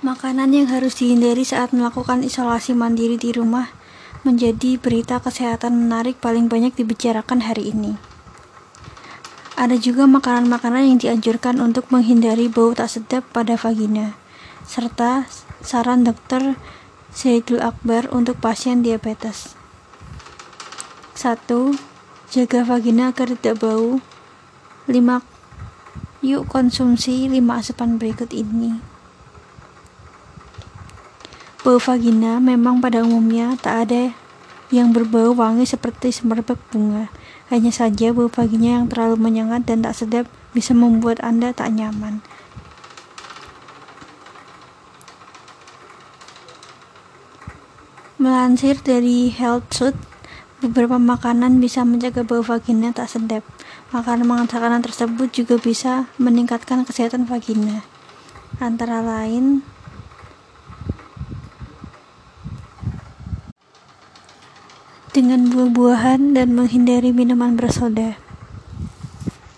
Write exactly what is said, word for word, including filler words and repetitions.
Makanan yang harus dihindari saat melakukan isolasi mandiri di rumah menjadi berita kesehatan menarik paling banyak dibicarakan hari ini. Ada juga makanan-makanan yang dianjurkan untuk menghindari bau tak sedap pada vagina, serta saran dokter Zaidul Akbar untuk pasien diabetes. satu. Jaga vagina agar tidak bau. lima. Yuk konsumsi lima asupan berikut ini. Bau vagina memang pada umumnya tak ada yang berbau wangi seperti semerbak bunga. Hanya saja bau vagina yang terlalu menyengat dan tak sedap bisa membuat Anda tak nyaman. Melansir dari Healthsuite, beberapa makanan bisa menjaga bau vagina tak sedap. Makanan-makanan tersebut juga bisa meningkatkan kesehatan vagina, antara lain dengan buah-buahan dan menghindari minuman bersoda.